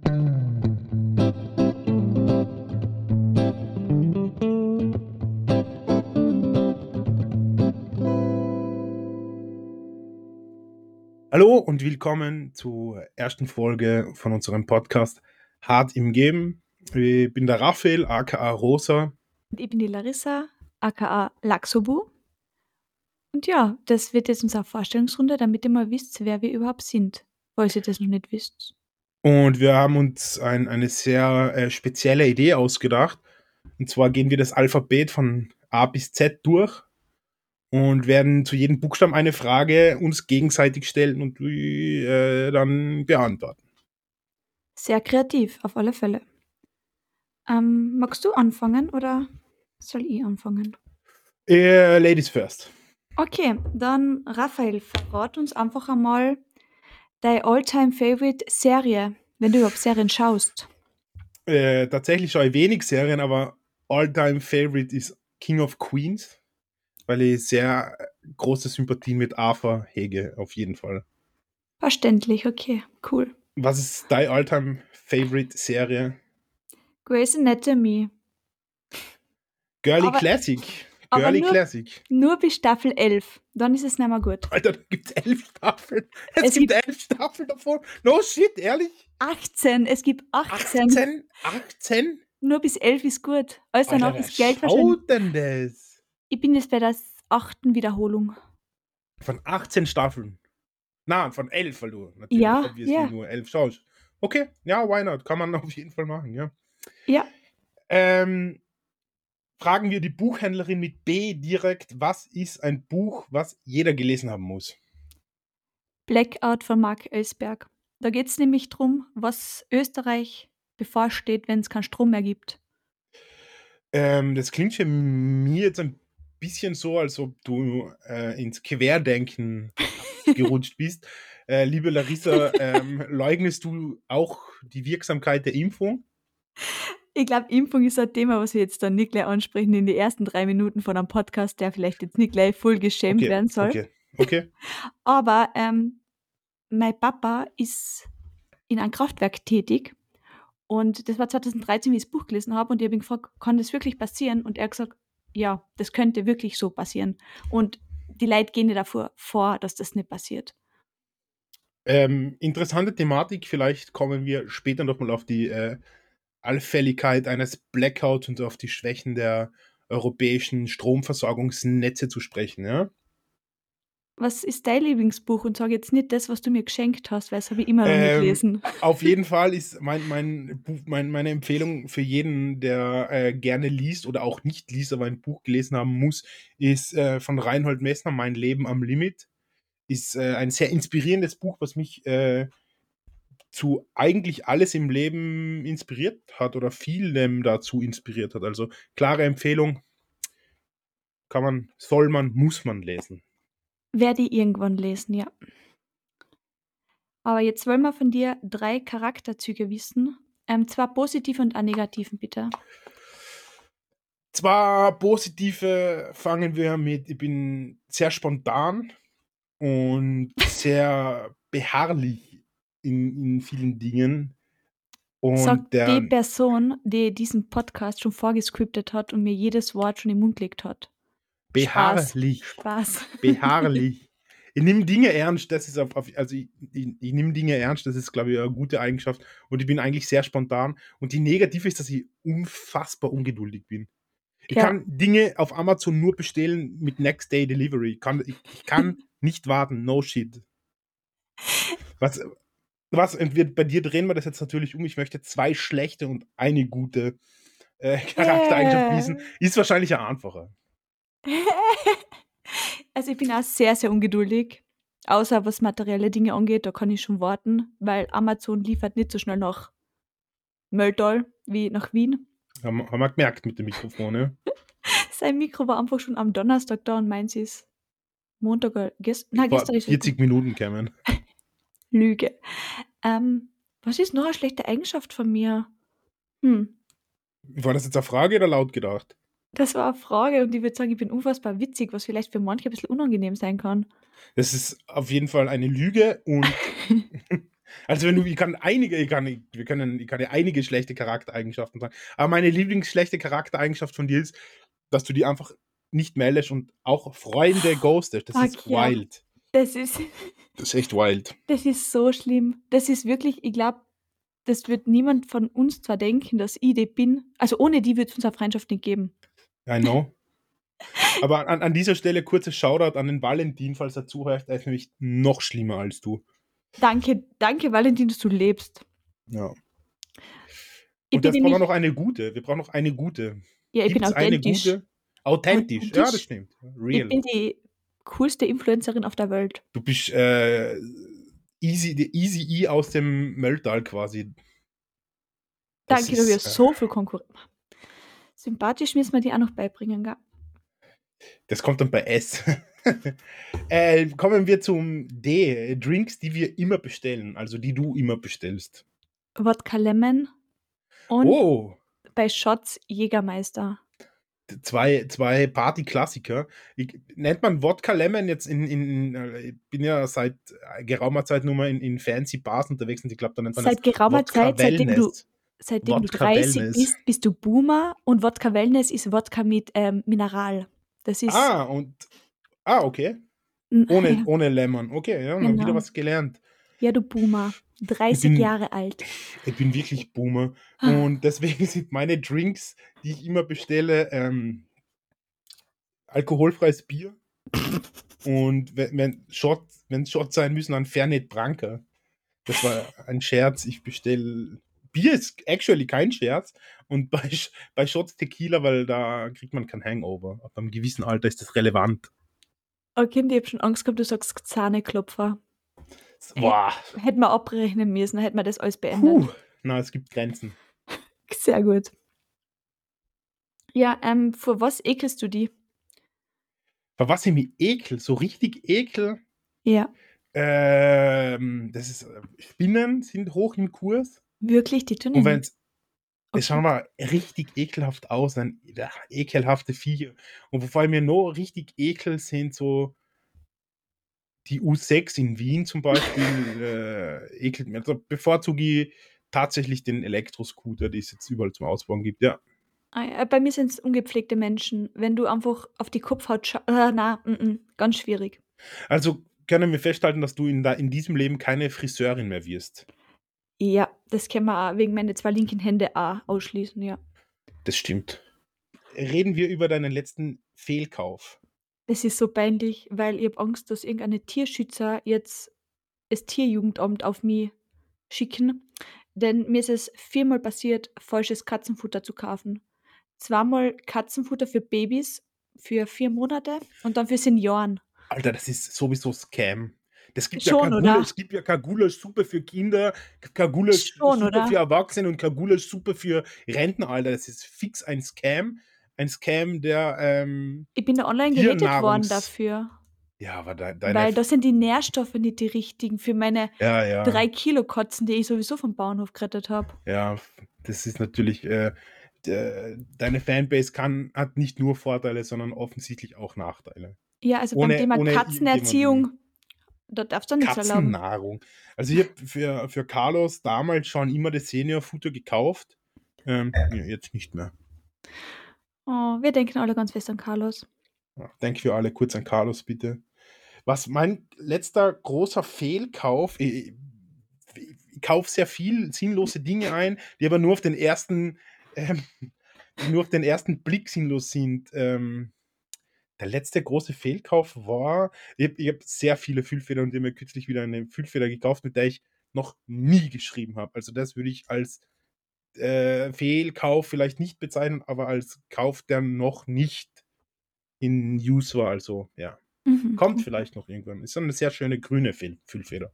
Hallo und willkommen zur ersten Folge von unserem Podcast Hart im Geben. Ich bin der Raphael, aka Rosa. Und ich bin die Larissa, aka Laxobu. Und ja, das wird jetzt unsere Vorstellungsrunde, damit ihr mal wisst, wer wir überhaupt sind, falls ihr das noch nicht wisst. Und wir haben uns eine sehr spezielle Idee ausgedacht. Und zwar gehen wir das Alphabet von A bis Z durch und werden zu jedem Buchstaben eine Frage uns gegenseitig stellen und dann beantworten. Sehr kreativ, auf alle Fälle. Magst du anfangen oder soll ich anfangen? Ladies first. Okay, dann Raphael, verrat uns einfach einmal deine All-Time-Favorite-Serie, wenn du überhaupt Serien schaust. Tatsächlich schaue ich wenig Serien, aber All-Time Favorite ist King of Queens, weil ich sehr große Sympathien mit Arthur hege, auf jeden Fall. Verständlich, okay, cool. Was ist deine All-Time Favorite Serie? Grey's Anatomy. Girly Aber- Classic. aber Girly nur- Classic. Nur bis Staffel 11, dann ist es nicht mehr gut. Alter, da gibt es 11 Staffeln. Es Es gibt 11 Staffeln davon. No shit, ehrlich? 18, es gibt 18. 18? Nur bis 11 ist gut. Alles Alter, danach wer ist Geld wahrscheinlich. schaut denn das? Ich bin jetzt bei der 8. Wiederholung. Von 18 Staffeln. Na, von 11, weil du natürlich Ja, obviously ja. nur 11 schaust. Okay, ja, why not? Kann man auf jeden Fall machen, ja. Ja, Fragen wir die Buchhändlerin mit B direkt, was ist ein Buch, was jeder gelesen haben muss? Blackout von Mark Ellsberg. Da geht es nämlich darum, was Österreich bevorsteht, wenn es keinen Strom mehr gibt. Das klingt für mich jetzt ein bisschen so, als ob du ins Querdenken gerutscht bist. Liebe Larissa, leugnest du auch die Wirksamkeit der Impfung? Ich glaube, Impfung ist ein Thema, was wir jetzt dann nicht gleich ansprechen in die ersten 3 Minuten von einem Podcast, der vielleicht jetzt nicht gleich voll geschämt werden soll. Okay. Aber mein Papa ist in einem Kraftwerk tätig und das war 2013, wie ich das Buch gelesen habe und ich habe ihn gefragt, kann das wirklich passieren? Und er hat gesagt, ja, das könnte wirklich so passieren. Und die Leute gehen nicht davor vor, dass das nicht passiert. Interessante Thematik, vielleicht kommen wir später nochmal auf die Allfälligkeit eines Blackouts und auf die Schwächen der europäischen Stromversorgungsnetze zu sprechen, ja? Was ist dein Lieblingsbuch? Und sag jetzt nicht das, was du mir geschenkt hast, weil das habe ich immer noch nicht gelesen. Auf jeden Fall ist meine Empfehlung für jeden, der gerne liest oder auch nicht liest, aber ein Buch gelesen haben muss, ist von Reinhold Messner, Mein Leben am Limit. Ist ein sehr inspirierendes Buch, was mich zu eigentlich alles im Leben inspiriert hat oder vielem dazu inspiriert hat. Also klare Empfehlung, soll man, muss man lesen. Werde ich irgendwann lesen, ja. Aber jetzt wollen wir von dir 3 Charakterzüge wissen. 2 positive und einen negativen, bitte. Zwar positive fangen wir mit, ich bin sehr spontan und sehr beharrlich in vielen Dingen. Und Sagt die Person, die diesen Podcast schon vorgescriptet hat und mir jedes Wort schon im Mund gelegt hat. beharrlich. Spaß. Beharrlich. Ich nehme Dinge ernst, das ist ich nehme Dinge ernst, das ist, glaube ich, eine gute Eigenschaft. Und ich bin eigentlich sehr spontan. Und die negative ist, dass ich unfassbar ungeduldig bin. Ich kann Dinge auf Amazon nur bestellen mit Next Day Delivery. Ich kann nicht warten. No shit. Was bei dir drehen wir das jetzt natürlich um. Ich möchte 2 schlechte und eine gute Charaktereigenschaft wiesen. Ist wahrscheinlich ja einfacher. Also ich bin auch sehr, sehr ungeduldig. Außer was materielle Dinge angeht, da kann ich schon warten, weil Amazon liefert nicht so schnell nach Mölltal wie nach Wien. Haben wir gemerkt mit dem Mikrofon, ne? Sein Mikro war einfach schon am Donnerstag da und meint sie ist Montag oder gestern Vor ist es 40 Minuten kämen. Lüge. Was ist noch eine schlechte Eigenschaft von mir? War das jetzt eine Frage oder laut gedacht? Das war eine Frage und ich würde sagen, ich bin unfassbar witzig, was vielleicht für manche ein bisschen unangenehm sein kann. Das ist auf jeden Fall eine Lüge und Also wenn du, ich kann ja einige schlechte Charaktereigenschaften sagen. Aber meine Lieblingsschlechte Charaktereigenschaft von dir ist, dass du die einfach nicht meldest und auch Freunde ghostest. Das ist Fuck ja. wild. Das ist, Das ist echt wild. das ist so schlimm. Das ist wirklich, ich glaube, das wird niemand von uns zwar denken, dass ich die bin. Also ohne die wird es unsere Freundschaft nicht geben. I know. Aber an dieser Stelle kurzes Shoutout an den Valentin, falls er zuhört. Er ist nämlich noch schlimmer als du. Danke, danke, Valentin, dass du lebst. Ja. Ich Und bin jetzt brauchen wir nämlich, noch eine gute. Wir brauchen noch eine gute. ja, ich bin Gibt es eine authentisch. gute? Authentisch. Ja, das Authentisch. stimmt. Ich Real. bin die coolste Influencerin auf der Welt. Du bist die Easy E aus dem Mölltal quasi. Das Danke, du ist, hast so viel Konkurrenz. Sympathisch müssen wir die auch noch beibringen, gell? das kommt dann bei S. Kommen wir zum D. Drinks, die wir immer bestellen. Also die du immer bestellst. Wodka Lemon und Oh, bei Shots Jägermeister. zwei Party-Klassiker. Nennt man Wodka Lemon jetzt ich bin ja seit geraumer Zeit nur mal in fancy Bars unterwegs und ich glaube, da nennt man das Seit geraumer Wodka Zeit, Wellness. seitdem du Wodka 30 Wellness. bist, bist du Boomer und Wodka Wellness ist Wodka mit Mineral. Das ist, Ah, okay. ja, Ohne Lemon. Okay, ja, mal wieder genau. was gelernt. Ja, du Boomer. Ich 30 bin, Jahre alt. ich bin wirklich Boomer. Und deswegen sind meine Drinks, die ich immer bestelle, alkoholfreies Bier. Und wenn Shots sein müssen, dann Fernet Branca. Das war ein Scherz. Ich bestelle. Bier ist actually kein Scherz. Und bei Shots Tequila, weil da kriegt man kein Hangover. Ab einem gewissen Alter ist das relevant. Okay, ich habe schon Angst gehabt, du sagst Zahneklopfer. Boah. Hätten wir abrechnen müssen, hätten wir das alles beendet. Puh. Na, es gibt Grenzen. Sehr gut. Ja, vor was ekelst du die? Vor was ich mich ekel, so richtig ekel, Ja, das ist, Spinnen sind hoch im Kurs. wirklich, die tun Und nicht. wenn es Okay. schauen mal richtig ekelhaft aus, ein ekelhafte Viecher. Und wovor ich mir noch richtig ekel sind so die U6 in Wien zum Beispiel, ekelt mir. Also bevorzuge ich tatsächlich den Elektroscooter, die es jetzt überall zum Ausbauen gibt, ja. Ah ja, bei mir sind es ungepflegte Menschen. Wenn du einfach auf die Kopfhaut na, ganz schwierig. Also können wir festhalten, dass du in diesem Leben keine Friseurin mehr wirst. Ja, das können wir auch wegen meine 2 linken Hände auch ausschließen, ja. Das stimmt. Reden wir über deinen letzten Fehlkauf. Das ist so peinlich, weil ich habe Angst, dass irgendeine Tierschützer jetzt das Tierjugendamt auf mich schicken, denn mir ist es 4-mal passiert, falsches Katzenfutter zu kaufen. Zweimal Katzenfutter für Babys für 4 Monate und dann für Senioren. Alter, das ist sowieso Scam. Schon, oder? Es gibt ja keine Gulaschsuppe für Kinder, keine Schon, Gulaschsuppe für oder? Erwachsene und keine Gulaschsuppe für Rentner, Alter. Das ist fix ein Scam. Ein Scam der Ich bin da online gehatet worden Tiernahrungs. dafür, Ja, aber deine. weil da sind die Nährstoffe nicht die richtigen für meine Ja, ja, 3 Kilo Kotzen, die ich sowieso vom Bauernhof gerettet habe. ja. Das ist natürlich. Deine Fanbase hat nicht nur Vorteile, sondern offensichtlich auch Nachteile. Ja, also beim Thema Ohne irgendjemanden. Katzenerziehung, da darfst du nichts erlauben. Katzennahrung. Also ich habe für Carlos damals schon immer das Senior-Futter gekauft. Ja, jetzt nicht mehr. Oh, wir denken alle ganz fest an Carlos. Ja, denk für alle kurz an Carlos, bitte. Was mein letzter großer Fehlkauf, ich kaufe sehr viel sinnlose Dinge ein, die aber ähm, nur auf den ersten Blick sinnlos sind. Der letzte große Fehlkauf war, ich hab sehr viele Füllfeder und ich habe mir kürzlich wieder eine Füllfeder gekauft, mit der ich noch nie geschrieben habe. Also das würde ich als Fehlkauf vielleicht nicht bezeichnen, aber als Kauf, der noch nicht in Use war. Also ja, Mhm. kommt vielleicht noch irgendwann. Ist so eine sehr schöne grüne Füllfeder.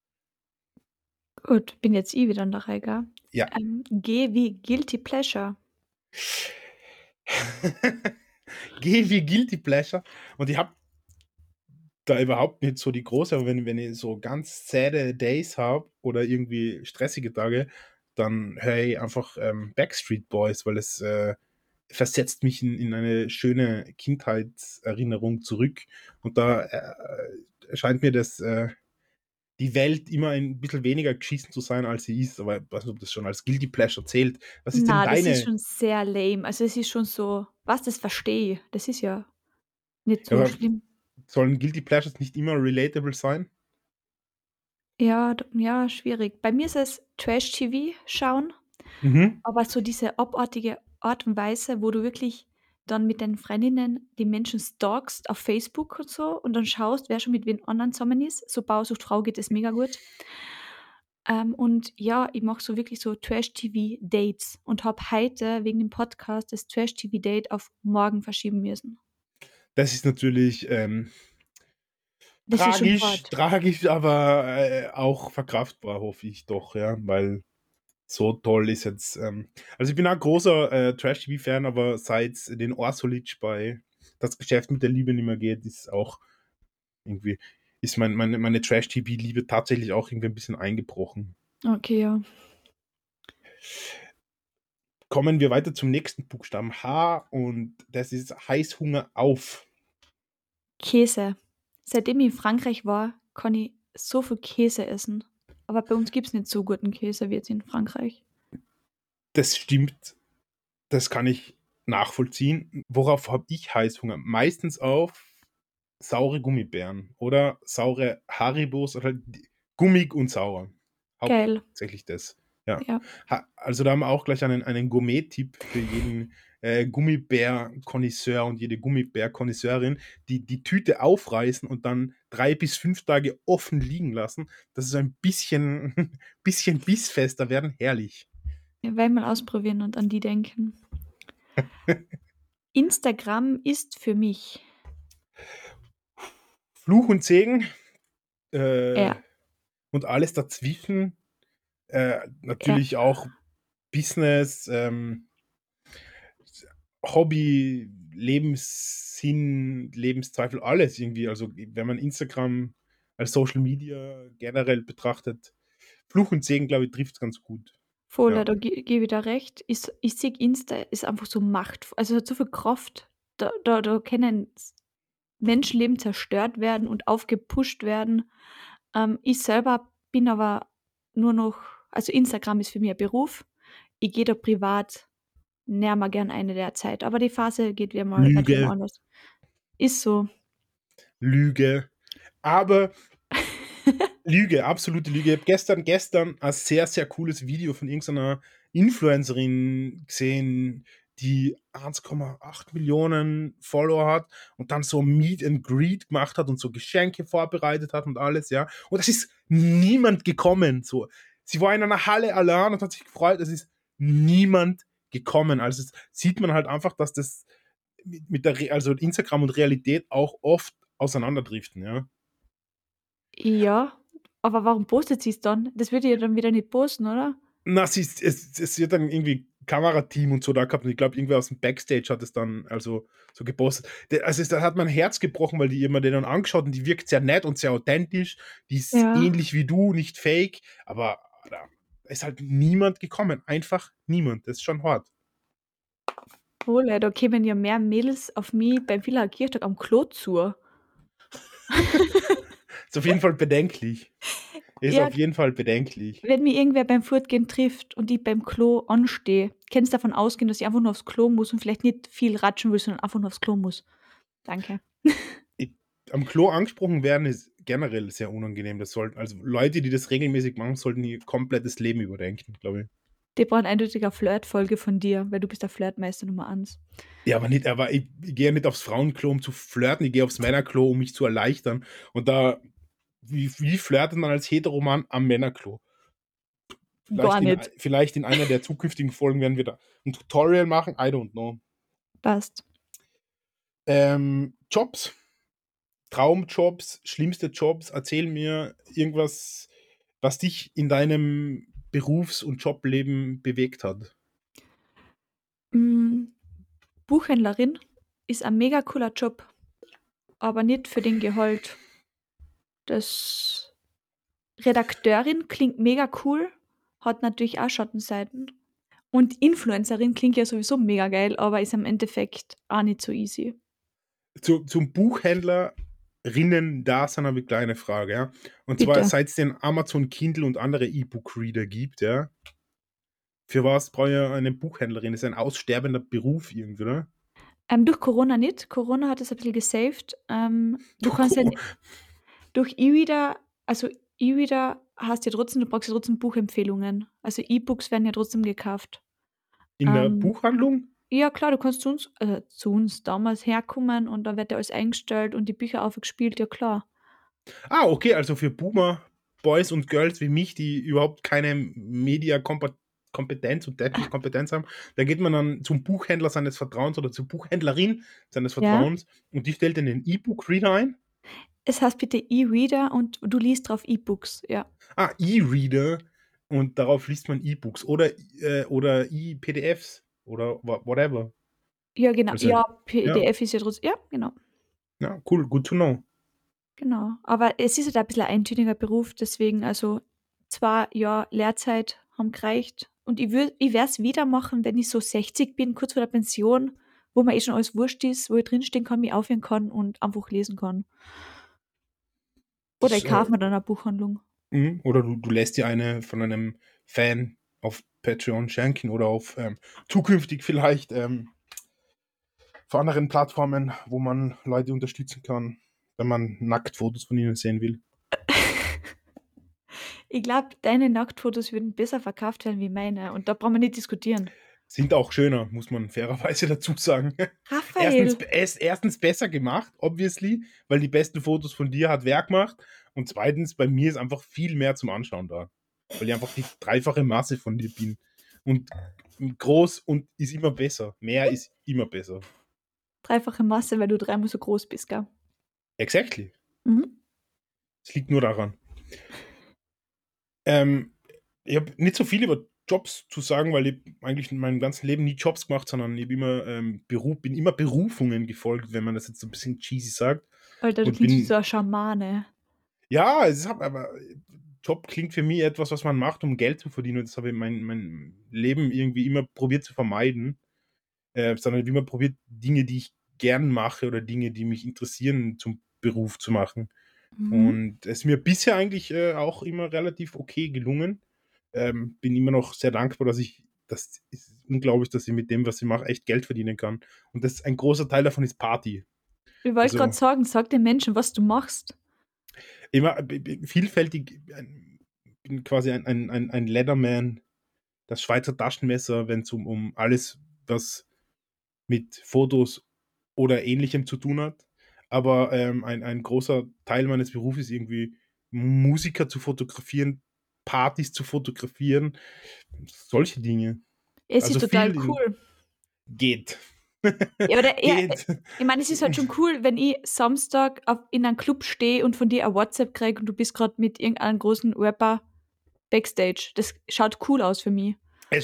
Gut, bin jetzt ich wieder an der Reihe, gell? Ja. G wie Guilty Pleasure. Geh wie Guilty Pleasure. Und ich habe da überhaupt nicht so die große, aber wenn ich so ganz sad Days habe oder irgendwie stressige Tage, dann höre ich einfach Backstreet Boys, weil es versetzt mich in eine schöne Kindheitserinnerung zurück. Und da erscheint mir das die Welt immer ein bisschen weniger geschissen zu sein, als sie ist. Aber ich weiß nicht, ob das schon als Guilty Pleasure zählt. Was ist denn Na, das ist deine? schon sehr lame. Also, es ist schon so was, das verstehe ich. Das ist ja nicht Ja, so aber schlimm. sollen Guilty Pleasures nicht immer relatable sein? Ja, ja, schwierig. Bei mir ist es Trash-TV schauen, Mhm. aber so diese abartige Art und Weise, wo du wirklich dann mit deinen Freundinnen die Menschen stalkst auf Facebook und so und dann schaust, wer schon mit wen anderen zusammen ist. So Bauer Frau geht es mega gut. Und ja, ich mache so wirklich so Trash-TV-Dates und habe heute wegen dem Podcast das Trash-TV-Date auf morgen verschieben müssen. Das ist natürlich Das ist schon tragisch, hart. tragisch, aber auch verkraftbar, hoffe ich doch, ja, weil so toll ist jetzt. Also ich bin auch ein großer Trash-TV-Fan, aber seit den Orsolitsch bei Das Geschäft mit der Liebe nicht mehr geht, ist auch irgendwie, ist meine Trash-TV-Liebe tatsächlich auch irgendwie ein bisschen eingebrochen. Okay, ja. Kommen wir weiter zum nächsten Buchstaben H und das ist Heißhunger auf. Käse. Seitdem ich in Frankreich war, kann ich so viel Käse essen. Aber bei uns gibt's nicht so guten Käse wie jetzt in Frankreich. Das stimmt, das kann ich nachvollziehen. Worauf habe ich Heißhunger? Meistens auf saure Gummibären oder saure Haribos oder gummig und sauer. Geil. Hauptsächlich das. Ja. Ja. Also da haben wir auch gleich einen Gourmet-Tipp für jeden Gummibär-Konnoisseur und jede Gummibär-Konnoisseurin, die Tüte aufreißen und dann 3 bis 5 Tage offen liegen lassen, dass es ein bisschen, bisschen bissfester werden. Herrlich. Wir werden mal ausprobieren und an die denken. Instagram ist für mich Fluch und Segen äh, ja, und alles dazwischen. ja, Natürlich auch Business, Hobby, Lebenssinn, Lebenszweifel, alles irgendwie. Also wenn man Instagram als Social Media generell betrachtet, Fluch und Segen, glaube ich, trifft es ganz gut. voll, Ja. da gebe ich dir recht. Ich sehe Insta ist einfach so Macht, also es hat so viel Kraft. Da können Menschenleben zerstört werden und aufgepusht werden. Ich selber bin aber nur noch, also Instagram ist für mich ein Beruf. Ich gehe da privat näher mal gern eine der Zeit, aber die Phase wird wieder mal Lüge, anders. Ist so. Lüge. Aber Lüge, absolute Lüge. Ich habe gestern ein sehr, sehr cooles Video von irgendeiner Influencerin gesehen, die 1,8 Millionen Follower hat und dann so Meet and Greet gemacht hat und so Geschenke vorbereitet hat und alles, ja. Und es ist niemand gekommen. So. Sie war in einer Halle allein und hat sich gefreut, es ist niemand gekommen. Also sieht man halt einfach, dass das mit der also Instagram und Realität auch oft auseinanderdriften, ja. Ja, aber warum postet sie es dann? Das würde ihr dann wieder nicht posten, oder? Na, es wird dann irgendwie Kamerateam und so da gehabt und ich glaube, irgendwer aus dem Backstage hat es dann also so gepostet. Also da hat mein Herz gebrochen, weil die immer den dann angeschaut und die wirkt sehr nett und sehr authentisch. Die ist Ja. ähnlich wie du, nicht fake, aber da ist halt niemand gekommen. Einfach niemand. Das ist schon hart. Oh, da kämen ja mehr Mädels auf mich beim Villa Kirchtag am Klo zu. Ist auf jeden Fall bedenklich. Ist Ja, auf jeden Fall bedenklich. wenn mich irgendwer beim Fortgehen trifft und ich beim Klo anstehe, kannst davon ausgehen, dass ich einfach nur aufs Klo muss und vielleicht nicht viel ratschen will, sondern einfach nur aufs Klo muss. Danke. Ich, am Klo angesprochen werden ist generell sehr unangenehm. Das sollten, also Leute, die das regelmäßig machen, sollten ihr komplettes Leben überdenken, glaube ich. Die brauchen eindeutig eine Flirtfolge von dir, weil du bist der Flirtmeister Nummer 1. Ja, aber nicht, aber ich gehe ja nicht aufs Frauenklo, um zu flirten, ich gehe aufs Männerklo, um mich zu erleichtern. Und da, wie flirtet man als Heteroman am Männerklo? Gar nicht. Vielleicht in einer der zukünftigen Folgen werden wir da ein Tutorial machen, I don't know. Passt. Jobs, Traumjobs, schlimmste Jobs, erzähl mir irgendwas, was dich in deinem Berufs- und Jobleben bewegt hat. Hm, Buchhändlerin ist ein mega cooler Job, aber nicht für den Gehalt. Das Redakteurin klingt mega cool, hat natürlich auch Schattenseiten. Und Influencerin klingt ja sowieso mega geil, aber ist im Endeffekt auch nicht so easy. Zum Buchhändler Kindlerinnen da sind, habe ich eine kleine Frage, ja. Und zwar, Bitte. seit es den Amazon Kindle und andere E-Book-Reader gibt, ja, für was brauche ich eine Buchhändlerin? Das ist ein aussterbender Beruf irgendwie, oder? Durch Corona nicht. Corona hat es ein bisschen gesaved. Du Durch kannst ja Co durch E-Reader, also E-Reader hast ja trotzdem, du brauchst ja trotzdem Buchempfehlungen. Also E-Books werden ja trotzdem gekauft. in der Ähm, Buchhandlung? ja klar, du kannst zu uns damals herkommen und dann wird ja alles eingestellt und die Bücher aufgespielt, ja klar. Ah, okay, also für Boomer, Boys und Girls wie mich, die überhaupt keine Media-Kompetenz und technische Kompetenz haben, da geht man dann zum Buchhändler seines Vertrauens oder zur Buchhändlerin seines Ja. Vertrauens und die stellt dann den E-Book-Reader ein. Es heißt bitte E-Reader und du liest drauf E-Books, ja. Ah, E-Reader und darauf liest man E-Books oder E-PDFs oder whatever. Ja, genau. Also, Ja, ja, PDF ist ja trotzdem, ja, genau. ja, cool, good to know. Genau. Aber es ist halt ein bisschen ein eintöniger Beruf, deswegen, also 2 Jahre Lehrzeit haben gereicht. Und ich werde es wieder machen, wenn ich so 60 bin, kurz vor der Pension, wo mir eh schon alles wurscht ist, wo ich drinstehen kann, mich aufhören kann und einfach lesen kann. Oder Das, ich kaufe mir dann eine Buchhandlung. oder du lässt dir eine von einem Fan auf Patreon schenken oder auf zukünftig vielleicht auf anderen Plattformen, wo man Leute unterstützen kann, wenn man Nacktfotos von ihnen sehen will. Ich glaube, deine Nacktfotos würden besser verkauft werden wie meine und da brauchen wir nicht diskutieren. Sind auch schöner, muss man fairerweise dazu sagen. Raphael, Erstens besser gemacht, obviously, weil die besten Fotos von dir hat wer gemacht. Und zweitens, bei mir ist einfach viel mehr zum Anschauen da. Weil ich einfach die dreifache Masse von dir bin. Und groß und ist immer besser. Mehr ist immer besser. dreifache Masse, weil du dreimal so groß bist, gell? Exactly. Mhm. Es liegt nur daran. Ähm, ich habe nicht so viel über Jobs zu sagen, weil ich eigentlich in meinem ganzen Leben nie Jobs gemacht, sondern ich hab immer, bin immer Berufungen gefolgt, wenn man das jetzt so ein bisschen cheesy sagt. Alter, du Und klingst wie so bin, ein Schamane. ja, aber Job klingt für mich etwas, was man macht, um Geld zu verdienen. Und das habe ich mein Leben irgendwie immer probiert zu vermeiden. Sondern immer probiert, Dinge, die ich gern mache oder Dinge, die mich interessieren, zum Beruf zu machen. Mhm. Und es ist mir bisher eigentlich auch immer relativ okay gelungen. Bin immer noch sehr dankbar, das ist unglaublich, dass ich mit dem, was ich mache, echt Geld verdienen kann. Und das ein großer Teil davon ist Party. Ich wollte gerade Also sagen, sag den Menschen, was du machst. immer vielfältig, bin quasi ein Leatherman, das Schweizer Taschenmesser, wenn es um alles, was mit Fotos oder Ähnlichem zu tun hat. Aber ein großer Teil meines Berufs ist irgendwie, Musiker zu fotografieren, Partys zu fotografieren, solche Dinge. Es Also ist total viel cool. geht. Ja, oder ja, Geht. ich meine, es ist halt schon cool, wenn ich Samstag in einem Club stehe und von dir ein WhatsApp kriege und du bist gerade mit irgendeinem großen Rapper Backstage. Das schaut cool aus für mich.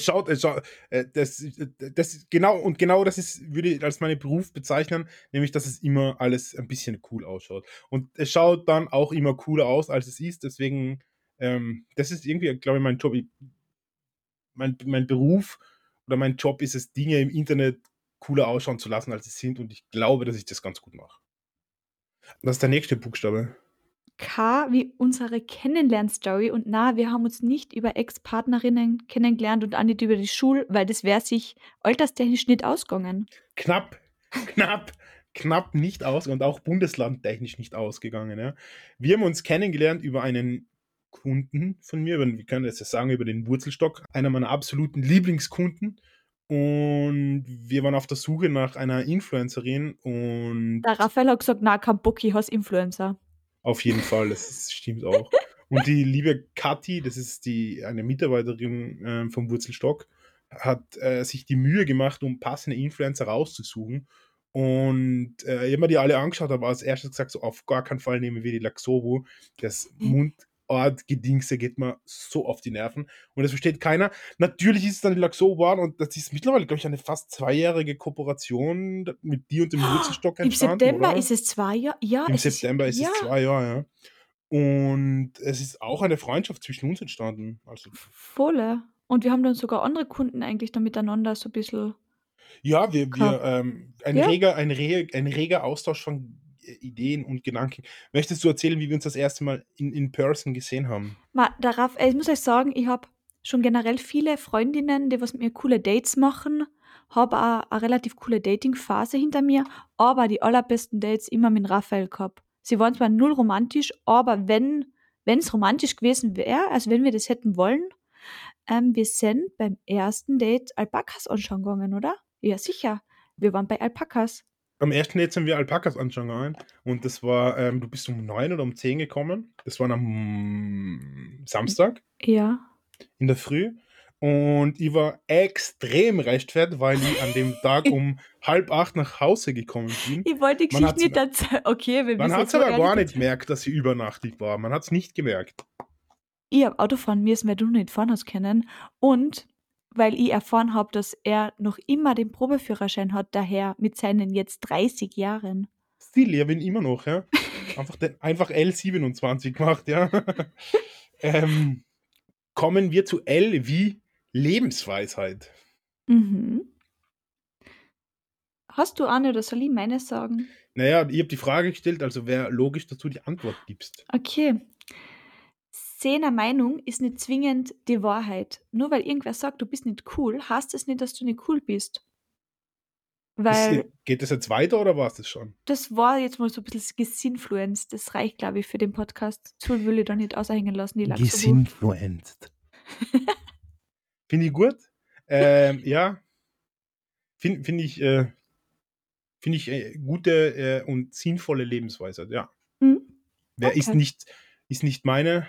Genau das würde ich als meinen Beruf bezeichnen, nämlich, dass es immer alles ein bisschen cool ausschaut. Und es schaut dann auch immer cooler aus, als es ist. Deswegen, das ist irgendwie, glaube ich, mein Job. Mein Beruf oder mein Job ist es, Dinge im Internet cooler ausschauen zu lassen, als sie sind. Und ich glaube, dass ich das ganz gut mache. Das ist der nächste Buchstabe. K wie unsere Kennenlernstory und na, wir haben uns nicht über Ex-Partnerinnen kennengelernt und auch nicht über die Schule, weil das wäre sich alterstechnisch nicht ausgegangen. Knapp, knapp, knapp nicht aus und auch bundeslandtechnisch nicht ausgegangen. Ja. Wir haben uns kennengelernt über einen Kunden von mir, wir können das ja sagen, über den Wurzelstock, einer meiner absoluten Lieblingskunden. Und wir waren auf der Suche nach einer Influencerin und Der Raphael hat gesagt: „Na, kein Bock, ich hasse Influencer.“ auf jeden Fall, stimmt auch. Und die liebe Kathi, das ist eine Mitarbeiterin vom Wurzelstock, hat sich die Mühe gemacht, um passende Influencer rauszusuchen. Und ich habe mir die alle angeschaut, aber als erstes gesagt, so auf gar keinen Fall nehmen wir die Laxovo. Das Mundart-Gedingse geht mir so auf die Nerven. Und das versteht keiner. Natürlich ist es dann die Laxovo und das ist mittlerweile, glaube ich, eine fast zweijährige Kooperation mit dir und dem Wurzelstock Im entstanden, September oder? ist es 2 Jahre. Ja, Im es ist September ist es ja, 2 Jahre, ja. Und es ist auch eine Freundschaft zwischen uns entstanden. Also, volle. Und wir haben dann sogar andere Kunden eigentlich da miteinander so 'n bisschen ja, wir gehabt. ein Ja, reger, ein reger Austausch von Ideen und Gedanken. Möchtest du erzählen, wie wir uns das erste Mal in Person gesehen haben? Darauf, ich muss euch sagen, ich habe schon generell viele Freundinnen, die was mit mir coole Dates machen, habe auch eine relativ coole Dating-Phase hinter mir, aber die allerbesten Dates immer mit Raphael gehabt. Sie waren zwar null romantisch, aber wenn es romantisch gewesen wäre, also wenn wir das hätten wollen, wir sind beim ersten Date Alpakas anschauen gegangen, oder? Ja, sicher. Wir waren bei Alpakas. Am ersten Date sind wir Alpakas anschauen gegangen und das war, du bist um 9 oder um 10 gekommen. Das war am Samstag Ja. in der Früh und ich war extrem rechtfertigt, weil ich an dem Tag um 7:30 nach Hause gekommen bin. Ich wollte die Man Geschichte hat's, nicht erzählen. Okay, wir man müssen hat jetzt es so aber ehrlich gar nicht erzählen. gemerkt, dass ich übernachtig war. Man hat es nicht gemerkt. Ich habe Autofahren müssen, weil du nicht fahren hast können. Und weil ich erfahren habe, dass er noch immer den Probeführerschein hat, daher mit seinen jetzt 30 Jahren. Still, ja, bin immer noch, ja. Einfach L27 gemacht, ja. ähm, kommen wir zu L wie Lebensweisheit. Mhm. Hast du eine oder soll ich meine sagen? Naja, ich habe die Frage gestellt, also wäre logisch, dass du die Antwort gibst. Okay. Seiner Meinung ist nicht zwingend die Wahrheit. Nur weil irgendwer sagt, du bist nicht cool, heißt das nicht, dass du nicht cool bist. Weil Geht das jetzt weiter oder war es das schon? das war jetzt mal so ein bisschen Gesinfluenced. Das reicht, glaube ich, für den Podcast. Zu will ich da nicht aushängen lassen, die lag so gut. Gesinfluenced. Finde ich gut. Ja, finde ich, gute und sinnvolle Lebensweise. Ja. Mhm. Wer Okay. ist nicht meine,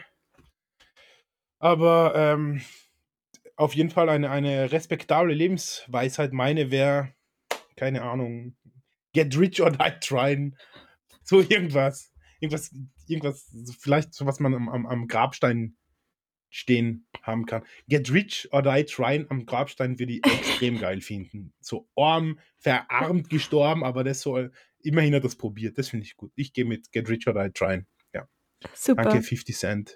aber auf jeden Fall eine respektable Lebensweisheit. Meine wäre, keine Ahnung, get rich or die trying. So irgendwas. Irgendwas, vielleicht so, was man am Grabstein stehen haben kann. Get rich or die trying am Grabstein würde ich extrem geil finden. So arm, verarmt gestorben, aber das soll, immerhin hat das probiert. Das finde ich gut. Ich gehe mit Get rich or die trying. Ja. Danke, Super. 50 Cent.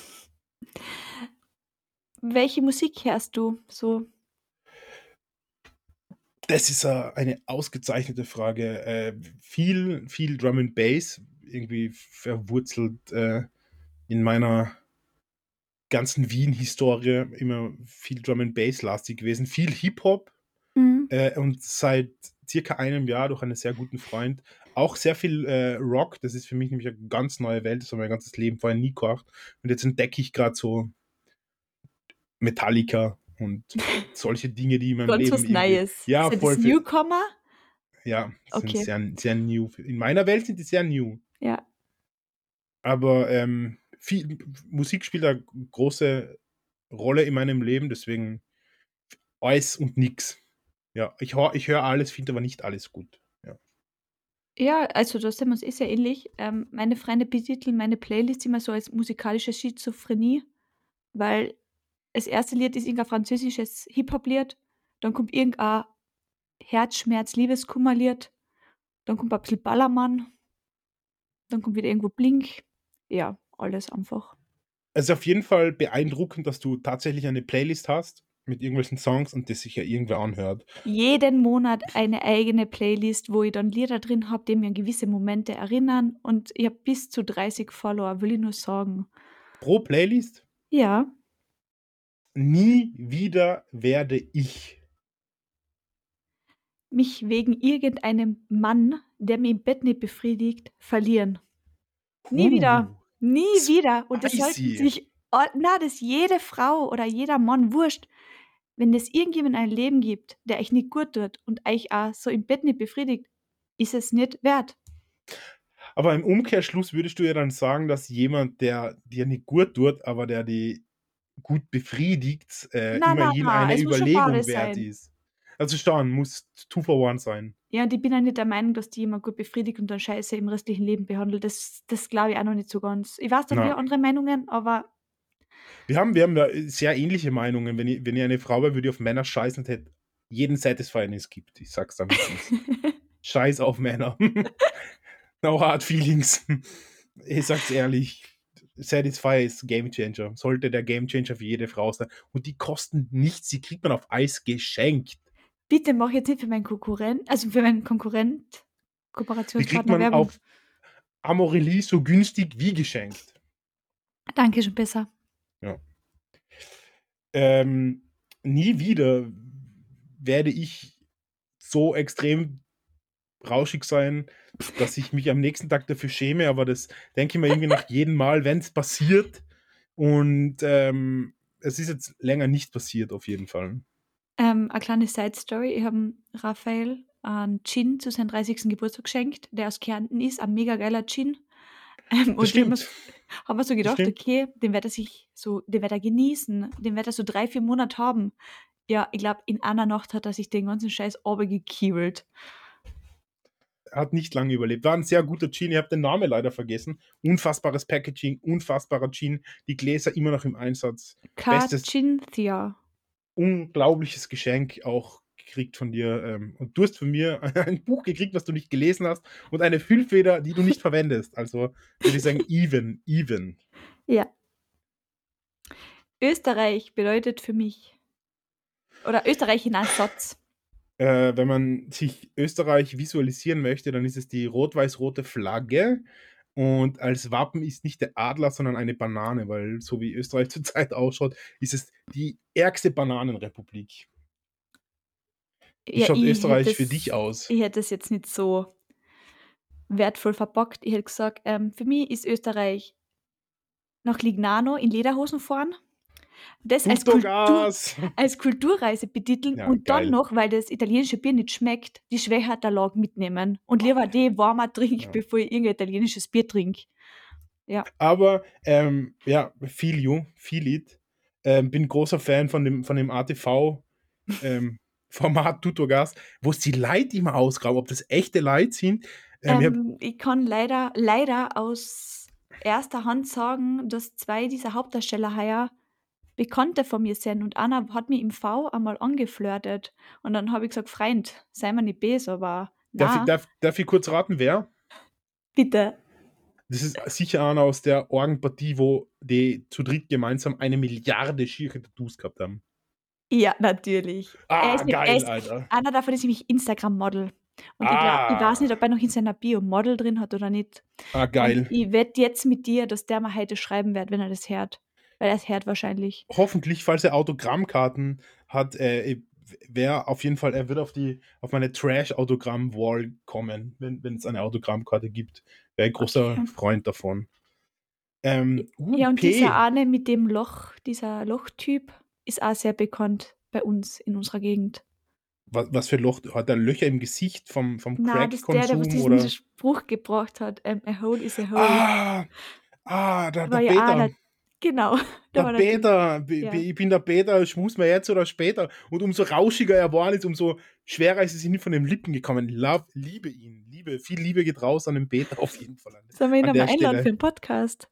Welche Musik hörst du so? Das ist eine ausgezeichnete Frage. Viel Drum and Bass, irgendwie verwurzelt in meiner ganzen Wien-Historie, immer viel Drum and Bass-lastig gewesen, viel Hip-Hop Mhm. und seit circa einem Jahr durch einen sehr guten Freund auch sehr viel Rock. Das ist für mich nämlich eine ganz neue Welt, das habe ich mein ganzes Leben vorher nie gehabt. Und jetzt entdecke ich gerade so Metallica und solche Dinge, die in meinem Ganz Leben was irgendwie, Neues. ja, Sind das voll für, Newcomer? ja, sind Okay. sehr new. In meiner Welt sind die sehr new. Ja. Aber Musik spielt eine große Rolle in meinem Leben, deswegen alles und nix. Ja, ich hör alles, finde aber nicht alles gut. Ja. Ja, also da sind wir uns eh sehr ähnlich. Meine Freunde betiteln meine Playlist immer so als musikalische Schizophrenie, weil das erste Lied ist irgendein französisches Hip-Hop-Lied, dann kommt irgendein Herzschmerz, Liebeskummer-Lied, dann kommt ein bisschen Ballermann, dann kommt wieder irgendwo Blink. Ja, alles einfach. Es ist auf jeden Fall beeindruckend, dass du tatsächlich eine Playlist hast mit irgendwelchen Songs und das sich ja irgendwer anhört. Jeden Monat eine eigene Playlist, wo ich dann Lieder drin habe, die mir an gewisse Momente erinnern und ich habe bis zu 30 Follower, will ich nur sagen. Pro Playlist, Ja, nie wieder werde ich. mich wegen irgendeinem Mann, der mich im Bett nicht befriedigt, verlieren. Nie Uh, wieder. Nie wieder. Und das sollten spicy. sich, das jede Frau oder jeder Mann wurscht. Wenn es irgendjemand ein Leben gibt, der euch nicht gut tut und euch auch so im Bett nicht befriedigt, ist es nicht wert. Aber im Umkehrschluss würdest du ja dann sagen, dass jemand, der dir nicht gut tut, aber der die gut befriedigt, Na, na, immerhin na, eine es muss schon Überlegung beides wert sein. ist. Also schon, muss 2 for 1 sein. Ja, und ich bin auch nicht der Meinung, dass die jemand gut befriedigt und dann scheiße im restlichen Leben behandelt. Das glaube ich auch noch nicht so ganz. Ich weiß, da haben Na, wir andere Meinungen, aber wir haben da sehr ähnliche Meinungen. Wenn ich eine Frau wäre, würde ich auf Männer scheißen und hätte jeden Satisfying es gibt. Ich sag's dann, wie es ist. Scheiß auf Männer. No hard feelings. Ich sag's ehrlich. Satisfy ist Game Changer. Sollte der Game Changer für jede Frau sein. Und die kosten nichts. Die kriegt man auf Eis geschenkt. bitte mach jetzt nicht für meinen Konkurrent, also für meinen Konkurrent, Die kriegt Kooperationspartner man Werbung. Amorelie so günstig wie geschenkt. Danke, schon besser. Ja. Nie wieder werde ich so extrem rauschig sein, dass ich mich am nächsten Tag dafür schäme, aber das denke ich mir irgendwie nach jedem Mal, wenn es passiert. Und es ist jetzt länger nicht passiert, auf jeden Fall. Eine kleine Side-Story. Ich habe Raphael einen Gin zu seinem 30. Geburtstag geschenkt, der aus Kärnten ist. Ein mega geiler Gin. Das Und ich habe mir, stimmt. hab mir so Das gedacht, stimmt. okay, den wird er genießen, den wird er so 3-4 Monate haben. Ja, ich glaube, in einer Nacht hat er sich den ganzen Scheiß runtergekiewelt. Hat nicht lange überlebt. War ein sehr guter Gin. Ich habe den Namen leider vergessen. Unfassbares Packaging, unfassbarer Gin. Die Gläser immer noch im Einsatz. Bestes, Cynthia. unglaubliches Geschenk auch gekriegt von dir. Und du hast von mir ein Buch gekriegt, was du nicht gelesen hast und eine Füllfeder, die du nicht verwendest. Also würde ich sagen, even. Ja. Österreich bedeutet für mich, oder Österreich in einem Satz. Wenn man sich Österreich visualisieren möchte, dann ist es die rot-weiß-rote Flagge. Und als Wappen ist nicht der Adler, sondern eine Banane, weil so wie Österreich zurzeit ausschaut, ist es die ärgste Bananenrepublik. Wie Ja, schaut Österreich für dich aus? ich hätte es jetzt nicht so wertvoll verpackt. Ich hätte gesagt, für mich ist Österreich nach Lignano in Lederhosen fahren, das Tuttogas! als Kulturreise betiteln Ja, und dann geil. noch, weil das italienische Bier nicht schmeckt, die Schwächerter Lag mitnehmen und lieber die warmer trinke, Ja. bevor ich irgendein italienisches Bier trinke. Ja. Aber ja, feel it. Bin großer Fan von dem ATV Format Tuttogas, wo es die Leute immer ausgraben, ob das echte Leute sind. Ich kann leider aus erster Hand sagen, dass 2 dieser Hauptdarsteller heuer Bekannte von mir sind und einer hat mich im V einmal angeflirtet und dann habe ich gesagt: „Freund, sei mir nicht böse, aber darf, ich, na, darf, darf ich kurz raten, wer? bitte." Das ist sicher einer aus der Orgenpartie, wo die zu dritt gemeinsam 1 Milliarde schiere Tattoos gehabt haben. Ja, natürlich. Ah, Er geil, ist Alter. einer davon ist nämlich Instagram-Model und ich weiß nicht, Ah, ob er noch in seiner Bio Model drin hat oder nicht. Und geil. ich wette jetzt mit dir, dass der mir heute schreiben wird, wenn er das hört, weil er's hört wahrscheinlich. Hoffentlich, falls er Autogrammkarten hat, er wird auf meine Trash-Autogramm-Wall kommen, wenn es eine Autogrammkarte gibt. Wäre ein großer Okay. Freund davon. Ja, und dieser P. eine mit dem Loch, dieser Lochtyp ist auch sehr bekannt bei uns in unserer Gegend. Was für Loch? Hat er Löcher im Gesicht vom Na, das ist der was Crack-Konsum diesen oder? Spruch gebracht hat, „A hole is a hole." Ah, der, War der ja auch Peter. 'ne genau, da Der war natürlich Peter. ja. Ich bin der Peter, schmus mir jetzt oder später. Und umso rauschiger er war, ist, umso schwerer ist es ihm von den Lippen gekommen. Liebe ihn. Viel Liebe geht raus an den Peter auf jeden Fall Sollen wir ihn an noch mal der einladen für Stelle. 'n Podcast?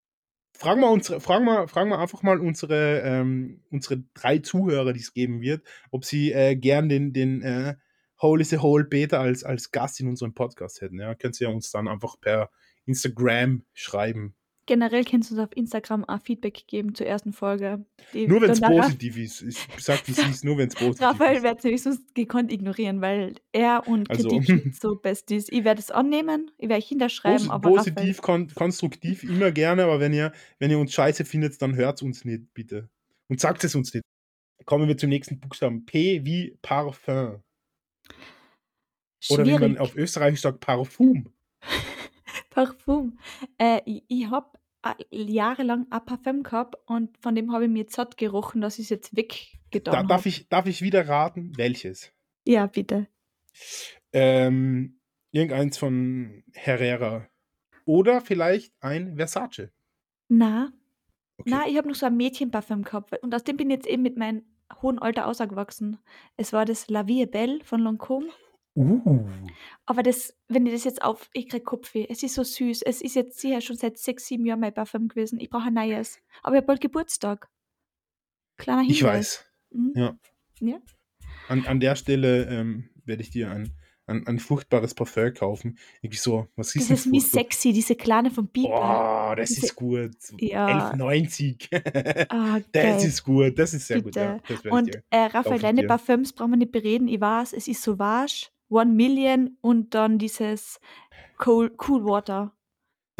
Fragen wir einfach mal unsere 3 Zuhörer, die es geben wird, ob sie gern den Hole is a Hole Peter als Gast in unserem Podcast hätten. Ja, könnt ihr uns dann einfach per Instagram schreiben. Generell kannst du uns auf Instagram auch Feedback geben zur ersten Folge. Die Nur wenn dann es der positiv ist. Ich sag, wie es ist, nur wenn es positiv Raphael ist. wird's nämlich sonst gekonnt ignorieren, weil er und Also Kritik nicht so best ist. Ich werde es annehmen, ich werde hinterschreiben, aber Raphael positiv, konstruktiv immer gerne, aber wenn ihr uns scheiße findet, dann hört uns nicht, bitte. Und sagt es uns nicht. Kommen wir zum nächsten Buchstaben. P wie Parfum. Oder wie man auf schwierig. Österreichisch sagt, Parfum. Parfum. Ich habe jahrelang ein Parfüm gehabt und von dem habe ich mir satt gerochen, dass ich's jetzt weggetan habe. Darf ich wieder raten, welches? Ja, bitte. Ähm, Irgendeins von Herrera. Oder vielleicht ein Versace. Na, Okay. na, ich habe noch so ein Mädchenparfüm gehabt und aus dem bin ich jetzt eben mit meinem hohen Alter rausgewachsen. Es war das La Vie est Belle von Lancôme, Uh. aber das wenn ich das jetzt auf ich kriege Kopfweh. Es ist so süß. Es ist jetzt sicher schon seit 6, 7 Jahren mein Parfüm gewesen. Ich brauche ein neues. Aber ich habe bald Geburtstag. Kleiner Ich Hinweis. weiß. Mhm. Ja. Ja. An der Stelle werde ich dir ein furchtbares Parfum kaufen. Irgendwie so, was ist Das denn ist Miss furchtbar? Sexy, diese Kleine von Bieber. Oh, das Diese ist gut. ja, 11,90. Das geil, ist gut. Das ist sehr gut, ja. bitte. Das werde ich Und, dir. Raphael, Kaufe ich deine dir. Parfüms brauchen wir nicht bereden. Ich weiß, es ist Sauvage, One Million und dann dieses Cool Water.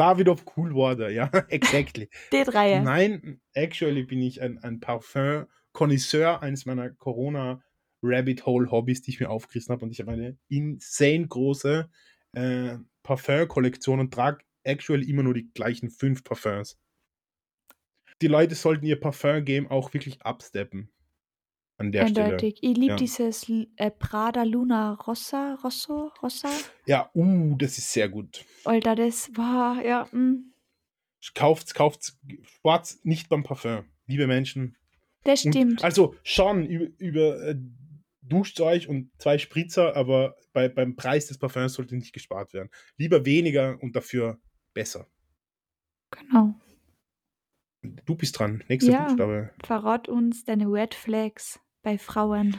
David of Coolwater, ja, exactly. Die Reihe. Nein, actually bin ich ein Parfum-Connoisseur, eines meiner Corona-Rabbit-Hole-Hobbys, die ich mir aufgerissen habe. Und ich habe eine insane große Parfum-Kollektion und trage actually immer nur die gleichen 5 Parfums. Die Leute sollten ihr Parfum-Game auch wirklich absteppen. An der Stelle. Eindeutig. Ich liebe Ja. dieses Prada Luna Rossa. Ja, das ist sehr gut. Alter, das war, ja, Kauft's Sport nicht beim Parfum. Liebe Menschen. das Und stimmt. also schon über duscht euch und 2 Spritzer, aber beim Preis des Parfums sollte nicht gespart werden. Lieber weniger und dafür besser. Genau. Du bist dran. Nächster Ja, Buchstabe. verrat uns deine Red Flags bei Frauen.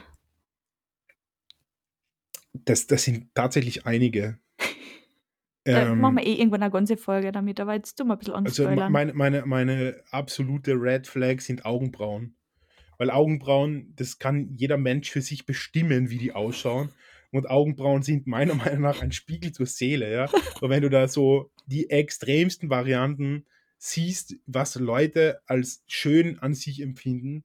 Das sind tatsächlich einige. Machen wir irgendwann eine ganze Folge damit, aber jetzt tun wir ein bisschen Also anspoilern. meine absolute Red Flag sind Augenbrauen. Weil Augenbrauen, das kann jeder Mensch für sich bestimmen, wie die ausschauen. Und Augenbrauen sind meiner Meinung nach ein Spiegel zur Seele, ja. Aber wenn du da so die extremsten Varianten siehst, was Leute als schön an sich empfinden,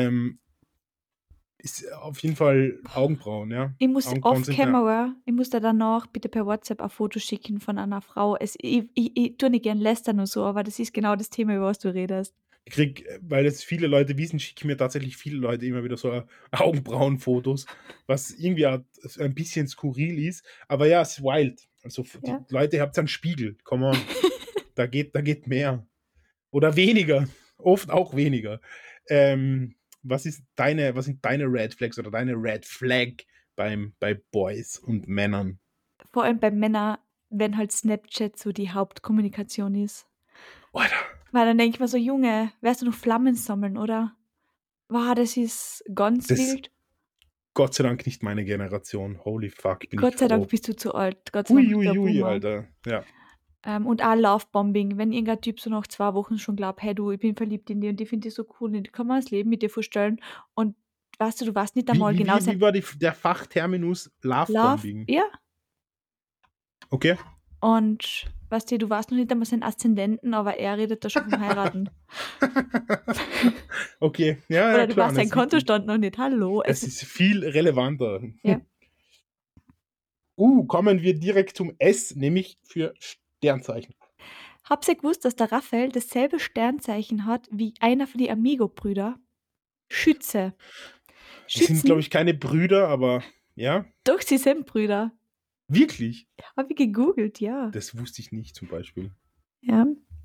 ist auf jeden Fall Augenbrauen, ja. Ich muss Augenbrauen sind ja. off-camera, ich muss dir danach bitte per WhatsApp ein Foto schicken von einer Frau. Ich tue nicht gern lästern und so, aber das ist genau das Thema, über was du redest. Weil es viele Leute wissen, schicken mir tatsächlich viele Leute immer wieder so Augenbrauenfotos, was irgendwie ein bisschen skurril ist. Aber ja, es ist wild. Also Ja. die Leute, ihr habt einen Spiegel. Come on. Da geht mehr. Oder weniger. Oft auch weniger. Was sind deine Red Flags oder deine Red Flag bei Boys und Männern? Vor allem bei Männern, wenn halt Snapchat so die Hauptkommunikation ist. Alter, Weil dann denke ich mir so, Junge, wirst du noch Flammen sammeln, oder? Wow, das ist ganz das wild. Gott sei Dank nicht meine Generation. Holy fuck, bin ich Gott sei Dank froh. bist du zu alt. Gott sei Dank bist du ein Hui, Boomer. Alter. Ja. Und auch Lovebombing, wenn irgendein Typ so nach 2 Wochen schon glaubt, hey du, ich bin verliebt in dich und ich finde dich so cool und ich kann mir das Leben mit dir vorstellen und weißt du weißt nicht einmal genau sein Wie war der Fachterminus Love, Lovebombing? ja, Okay. und weißt du weißt noch nicht einmal seinen Aszendenten, aber er redet da schon vom Heiraten. Okay, ja, Oder du klar. weißt seinen Kontostand noch nicht, hallo. Es ist viel relevanter. Ja. Kommen wir direkt zum S, nämlich für Sternzeichen. Habt ihr gewusst, dass der Raphael dasselbe Sternzeichen hat wie einer von die Amigo-Brüder? Schütze. Die sind, glaube Schützen, ich, keine Brüder, aber ja, doch, sie sind Brüder. wirklich. Habe ich gegoogelt, ja. Das wusste ich nicht zum Beispiel. Ja.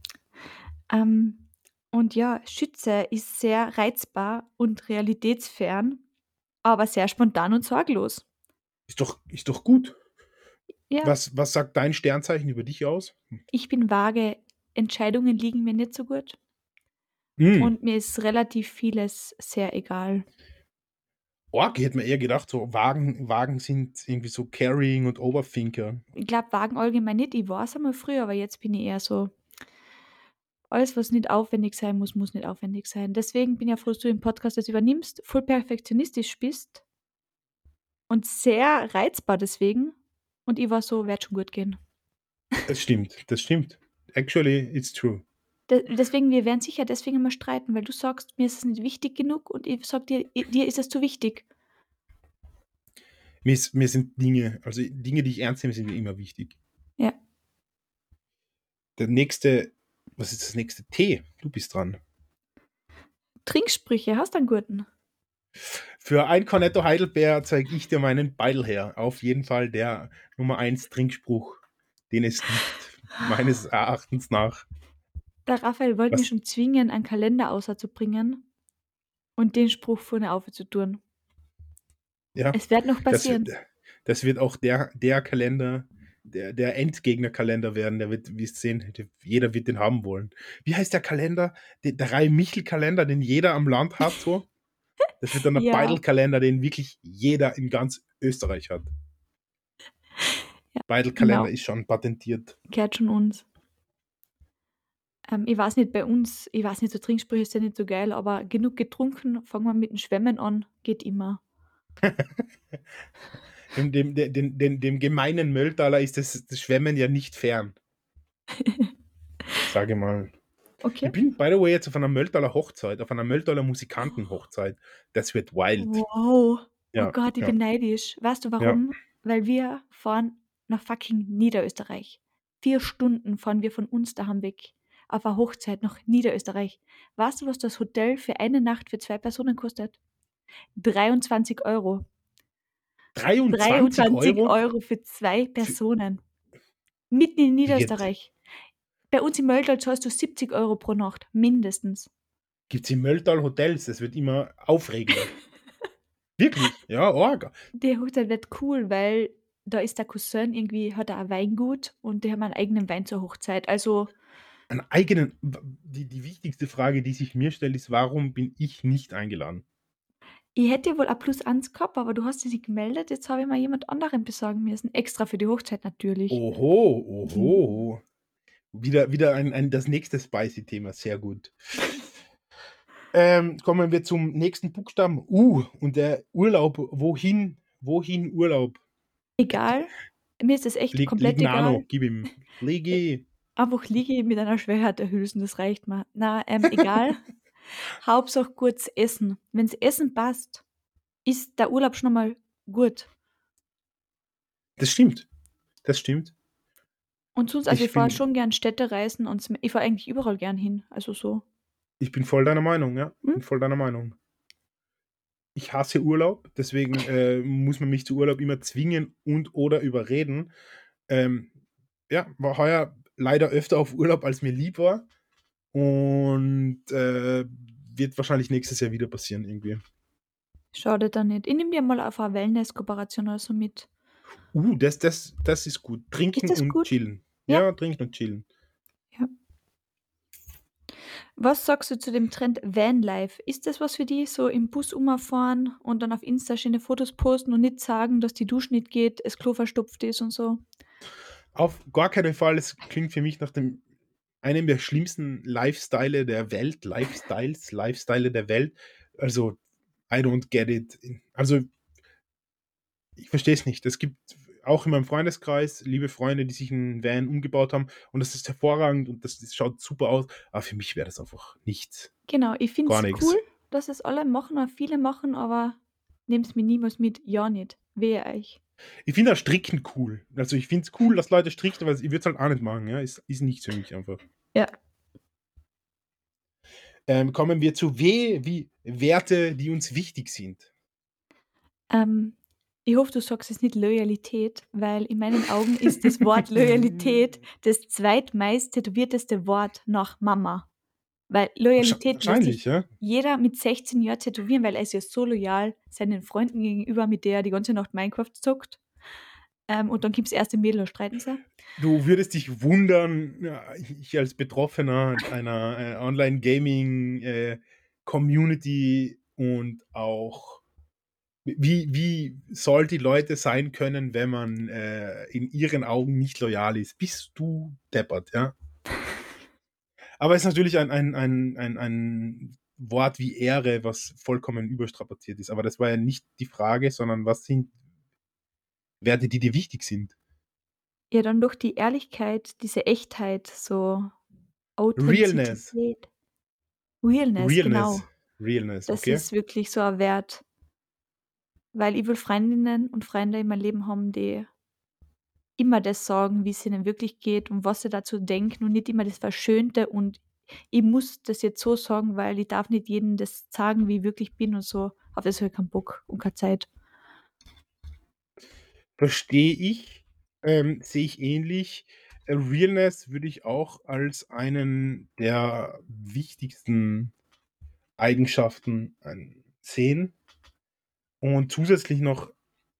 Und ja, Schütze ist sehr reizbar und realitätsfern, aber sehr spontan und sorglos. Ist doch gut. Ja, Was sagt dein Sternzeichen über dich aus? ich bin vage. Entscheidungen liegen mir nicht so gut Hm. und mir ist relativ vieles sehr egal. Org, ich hätte mir eher gedacht, so Wagen sind irgendwie so Carrying und Overthinker. Ich glaube, Wagen allgemein nicht. Ich war es einmal früher, aber jetzt bin ich eher so, alles, was nicht aufwendig sein muss, muss nicht aufwendig sein. Deswegen bin ich ja froh, dass du den Podcast jetzt übernimmst, voll perfektionistisch bist und sehr reizbar deswegen. Und ich war so, wird schon gut gehen. Das stimmt. Actually, it's true. Deswegen, wir werden sicher deswegen immer streiten, weil du sagst, mir ist es nicht wichtig genug und ich sag dir, dir ist es zu wichtig. Mir sind Dinge, die ich ernst nehme, sind mir immer wichtig. Ja. Was ist das nächste? T, du bist dran. Trinksprüche, hast du einen guten? Für ein Cornetto Heidelbeer zeige ich dir meinen Beidel her. Auf jeden Fall der Nummer 1 Trinkspruch, den es gibt, meines Erachtens nach. Der Raphael wollte mich Was, schon zwingen, einen Kalender außerzubringen und den Spruch vorne aufzutun. ja, Es wird noch das, passieren. das wird auch der Kalender, der Endgegner-Kalender werden. Der wird, wie es sehen, jeder wird den haben wollen. Wie heißt der Kalender? Der Reihe-Michel-Kalender, den jeder am Land hat, so? Das wird dann der Ja, Beidel-Kalender, den wirklich jeder in ganz Österreich hat. ja, Beidel-Kalender genau. ist schon patentiert. Gehört schon uns. Ich weiß nicht, bei uns, ich weiß nicht, so Trinksprüche ist ja nicht so geil, aber genug getrunken, fangen wir mit dem Schwemmen an, geht immer. Dem gemeinen Mölltaler ist das Schwemmen ja nicht fern. sage mal. Okay. Ich bin, by the way, jetzt auf einer Mölltaler Hochzeit, auf einer Mölltaler Musikantenhochzeit. Das wird wild. Wow. Oh Ja, Gott, ich ja, bin neidisch. Weißt du ja. warum? Weil wir fahren nach fucking Niederösterreich. 4 Stunden fahren wir von uns daheim weg auf eine Hochzeit nach Niederösterreich. Weißt du, was das Hotel für eine Nacht für 2 Personen kostet? 23 Euro. 23 23 Euro? Euro für 2 Für, Personen. Mitten in wie geht? Niederösterreich. Bei uns im Mölltal zahlst du 70 Euro pro Nacht, mindestens. Gibt es im Mölltal Hotels? Das wird immer aufregender. Wirklich? Ja, arg. Die Hochzeit wird cool, weil da ist der Cousin irgendwie, hat er ein Weingut und die haben einen eigenen Wein zur Hochzeit. Also, Einen eigenen. Die wichtigste Frage, die sich mir stellt, ist, warum bin ich nicht eingeladen? ich hätte wohl ein +1 gehabt, aber du hast dich nicht gemeldet. Jetzt habe ich mal jemand anderen besorgen müssen. Extra für die Hochzeit natürlich. Oho, Mhm. oho. Wieder das nächste Spicy-Thema. Sehr gut. Kommen wir zum nächsten Buchstaben. Und der Urlaub. Wohin Urlaub? Egal. Mir ist es echt komplett Lignano, egal. gib ihm. E Ligi. einfach liege mit einer Schwerhärte Hülsen, das reicht mir. Na, egal. Hauptsache gutes Essen. Wenn's Essen passt, ist der Urlaub schon mal gut. Das stimmt. Das stimmt. Und sonst, also ich Ich fahre bin, schon gern Städtereisen und ich fahre eigentlich überall gern hin. Also so. ich bin voll deiner Meinung, ja. Hm? Bin voll deiner Meinung. Ich hasse Urlaub, deswegen muss man mich zu Urlaub immer zwingen und oder überreden. Ähm, ja, war heuer leider öfter auf Urlaub, als mir lieb war. Und wird wahrscheinlich nächstes Jahr wieder passieren irgendwie. Schadet da nicht. Ich nehme dir mal auf eine Wellness-Kooperation oder so mit. Das ist gut. Ist Trinken das und gut? chillen. Ja. Ja, trinken und chillen. Ja. Was sagst du zu dem Trend Vanlife? Ist das was für die, so im Bus umfahren und dann auf Insta schöne Fotos posten und nicht sagen, dass die Dusche nicht geht, das Klo verstopft ist und so? Auf gar keinen Fall. Es klingt für mich nach einem der schlimmsten Lifestyle der Welt. Lifestyle der Welt. Also, I don't get it. Also, ich verstehe es nicht. Es gibt auch in meinem Freundeskreis liebe Freunde, die sich einen Van umgebaut haben und das ist hervorragend und das schaut super aus. Aber für mich wäre das einfach nichts. Genau, ich finde Gar es cool, nichts. dass es alle machen oder viele machen, aber nehmt's mir niemals mit. Ja nicht. Wehe euch. Ich finde das Stricken cool. Also ich finde es cool, dass Leute stricken, aber ich würde es halt auch nicht machen. Ja? Ist nichts für mich einfach. Ja. Kommen wir zu wie Werte, die uns wichtig sind. Ähm, ich hoffe, du sagst jetzt nicht Loyalität, weil in meinen Augen ist das Wort Loyalität das zweitmeist tätowierteste Wort nach Mama. Weil Loyalität lässt Wahrscheinlich, sich ja. jeder mit 16 Jahren tätowieren, weil er ist ja so loyal seinen Freunden gegenüber, mit der er die ganze Nacht Minecraft zockt. Und dann gibt's erste Mädel und streiten sie. Du würdest dich wundern, ja, ich als Betroffener einer Online-Gaming-Community und auch wie soll die Leute sein können, wenn man in ihren Augen nicht loyal ist? Bist du deppert, ja? Aber es ist natürlich ein Wort wie Ehre, was vollkommen überstrapaziert ist. Aber das war ja nicht die Frage, sondern was sind Werte, die dir wichtig sind? Ja, dann durch die Ehrlichkeit, diese Echtheit, so Realness. Authentizität, Realness, Realness. genau. Realness, Das okay? ist wirklich so ein Wert, weil ich will Freundinnen und Freunde in meinem Leben haben, die immer das sagen, wie es ihnen wirklich geht und was sie dazu denken und nicht immer das Verschönte und ich muss das jetzt so sagen, weil ich darf nicht jedem das sagen, wie ich wirklich bin und so. Auf das habe ich keinen Bock und keine Zeit. Verstehe ich, sehe ich ähnlich. Realness würde ich auch als einen der wichtigsten Eigenschaften sehen. Und zusätzlich noch,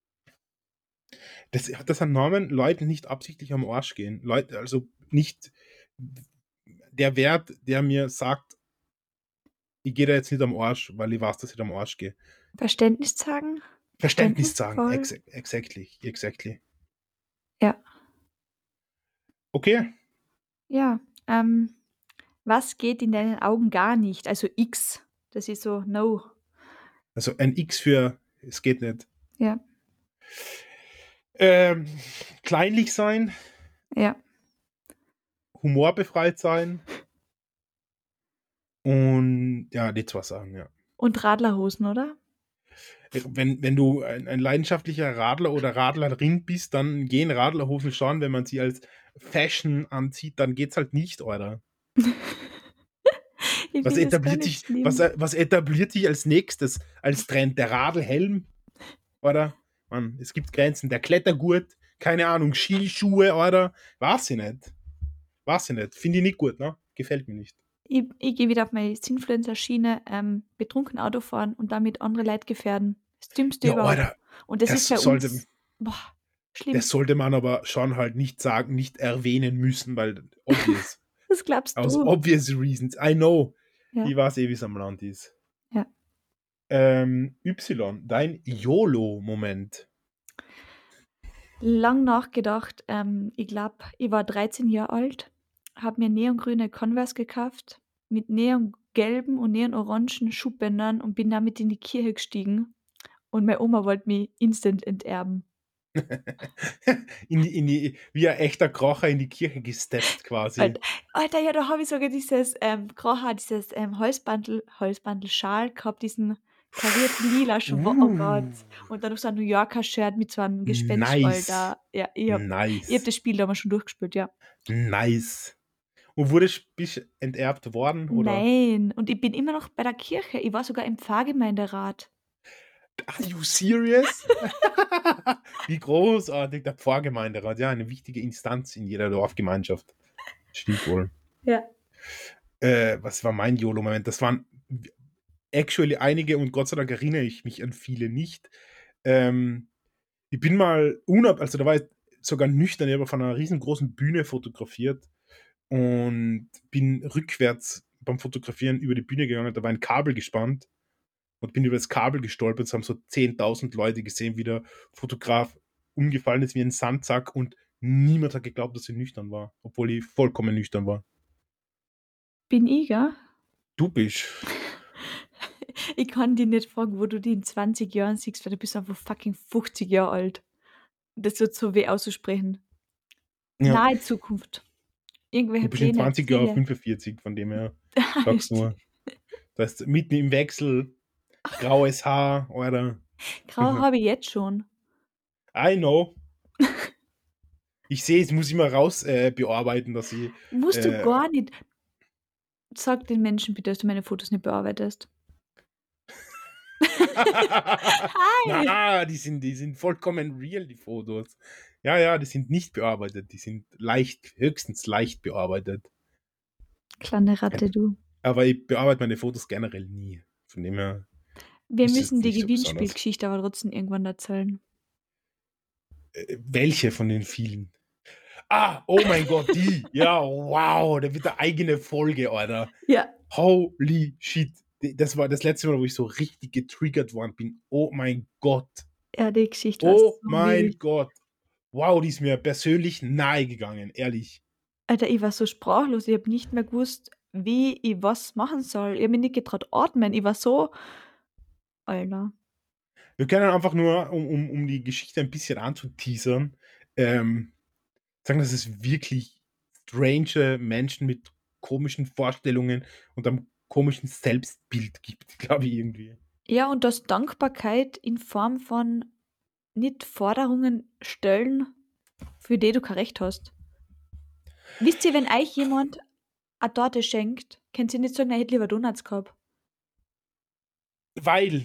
das an Normen Leuten nicht absichtlich am Arsch gehen. Leute, also nicht der Wert, der mir sagt, ich gehe da jetzt nicht am Arsch, weil ich weiß, dass ich da am Arsch gehe. Verständnis zeigen, Verständnis sagen, verständnisvoll. exactly. Ja. Okay, Ja, was geht in deinen Augen gar nicht? Also X, das ist so no. also ein X für es geht nicht. Ja, Ähm, kleinlich sein, ja, humorbefreit sein und ja, die zwei Sachen, ja. Und Radlerhosen, oder? Wenn du ein leidenschaftlicher Radler oder Radlerin bist, dann gehen Radlerhosen schon. Wenn man sie als Fashion anzieht, dann geht's halt nicht, oder? Ich finde das gar nicht schlimm. Was etabliert sich als nächstes als Trend? Der Radlhelm, oder? Mann, es gibt Grenzen. Der Klettergurt, keine Ahnung, Skischuhe, oder? Weiß ich nicht. Weiß ich nicht. Finde ich nicht gut, ne? Gefällt mir nicht. Ich gehe wieder auf meine Influencer-Schiene, betrunken Auto fahren und damit andere Leute gefährden. Das Dümmste Ja, überhaupt. oder? Und das ist Das bei sollte, uns, boah, schlimm. das sollte man aber schon halt nicht sagen, nicht erwähnen müssen, weil obvious. Was glaubst Aus du? obvious reasons. I know. Ja, Ich weiß eh, wie es am Land ist. ja. Dein YOLO-Moment. Lang nachgedacht. Ich glaube, ich war 13 Jahre alt, habe mir neongrüne Converse gekauft mit neongelben und neonorangen Schuhbändern und bin damit in die Kirche gestiegen. Und meine Oma wollte mich instant enterben. Wie ein echter Krocher in die Kirche gesteppt quasi. Alt Alter, ja, da habe ich sogar dieses, Graha, dieses, Halsbandel-Schal gehabt, diesen karierten lila Schwa oh Gott. Uh, Und dann noch so ein New Yorker-Shirt mit so einem Gespenstball nice. da. Ja, ich habe Nice. das Spiel damals schon durchgespielt, ja. Nice. Und bist enterbt worden, oder? Nein, und ich bin immer noch bei der Kirche. Ich war sogar im Pfarrgemeinderat. Are you serious? Wie großartig der Pfarrgemeinderat. Ja, eine wichtige Instanz in jeder Dorfgemeinschaft. Stimmt wohl. Ja. Was war mein YOLO-Moment? Das waren actually einige und Gott sei Dank erinnere ich mich an viele nicht. Ähm, Ich bin mal also da war ich sogar nüchtern, ich habe auf einer riesengroßen Bühne fotografiert und bin rückwärts beim Fotografieren über die Bühne gegangen, da war ein Kabel gespannt und bin über das Kabel gestolpert, es haben so 10.000 Leute gesehen, wie der Fotograf umgefallen ist wie ein Sandsack und niemand hat geglaubt, dass ich nüchtern war, obwohl ich vollkommen nüchtern war. Bin ich, gell? Du bist. Ich kann dich nicht fragen, wo du die in 20 Jahren siehst, weil du bist einfach fucking 50 Jahre alt. Das wird so weh auszusprechen. Ja, Nahe Zukunft. du Irgendwelche bist in Pläne, 20 Jahren Ziele. 45, von dem her sag's nur. Das heißt, mitten im Wechsel, graues Haar, oder? Grau habe ich jetzt schon. I know. Ich sehe, es muss ich mal raus bearbeiten, dass ich. Musst du Äh, gar nicht. Sag den Menschen bitte, dass du meine Fotos nicht bearbeitest. Hi! Na, die sind vollkommen real, die Fotos. Ja, ja, die sind nicht bearbeitet. Die sind höchstens leicht bearbeitet. Kleine Ratte, du. Aber ich bearbeite meine Fotos generell nie. Von dem her Wir ist müssen es die nicht so besonders. Gewinnspielgeschichte aber trotzdem irgendwann erzählen. Welche von den vielen? Ah, oh mein Gott, die. Ja, wow, da wird eine eigene Folge, Alter. Ja. Holy shit. Das war das letzte Mal, wo ich so richtig getriggert worden bin. Oh mein Gott. Ja, die Geschichte war Oh so mein wild. Gott. Wow, die ist mir persönlich nahe gegangen, ehrlich. Alter, ich war so sprachlos. Ich habe nicht mehr gewusst, wie ich was machen soll. Ich habe mich nicht getraut atmen. Ich war so Alter. Wir können einfach nur, um die Geschichte ein bisschen anzuteasern, sagen, dass es wirklich strange Menschen mit komischen Vorstellungen und einem komischen Selbstbild gibt, glaube ich irgendwie. Ja, und dass Dankbarkeit in Form von nicht Forderungen stellen, für die du kein Recht hast. Wisst ihr, wenn euch jemand eine Torte schenkt, könnt ihr nicht sagen, er hätte lieber Donuts gehabt. Weil,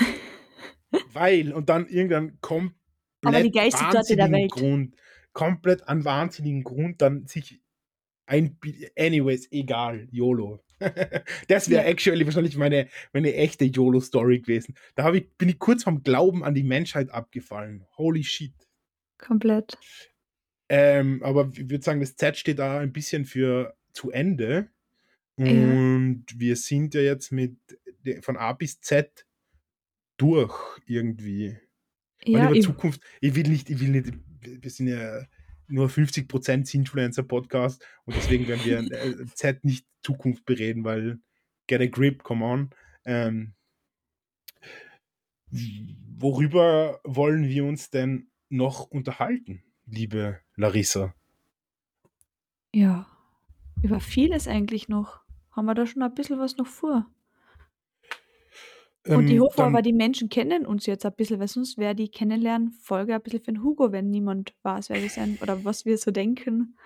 und dann irgendein Aber die komplett geilste Torte der wahnsinnigen Welt. Grund, komplett an wahnsinnigen Grund, dann sich anyways, egal, YOLO. Das wäre Ja, actually wahrscheinlich meine echte YOLO-Story gewesen. Bin ich kurz vom Glauben an die Menschheit abgefallen. Holy shit. komplett. Aber ich würde sagen, das Z steht da ein bisschen für zu Ende. Ja, Und wir sind ja jetzt von A bis Z durch irgendwie. Weil ja, über Zukunft, ich will nicht, wir sind ja nur 50% Influencer-Podcast und deswegen werden wir Z nicht Zukunft bereden, weil get a grip, come on. Ähm, Worüber wollen wir uns denn noch unterhalten, liebe Larissa? ja. Über vieles eigentlich noch. Haben wir da schon ein bisschen was noch vor. Und ich hoffe aber, Dann, die Menschen kennen uns jetzt ein bisschen, weil sonst wäre die Kennenlernen-Folge ein bisschen für den Hugo, wenn niemand weiß, wer wir sind oder was wir so denken.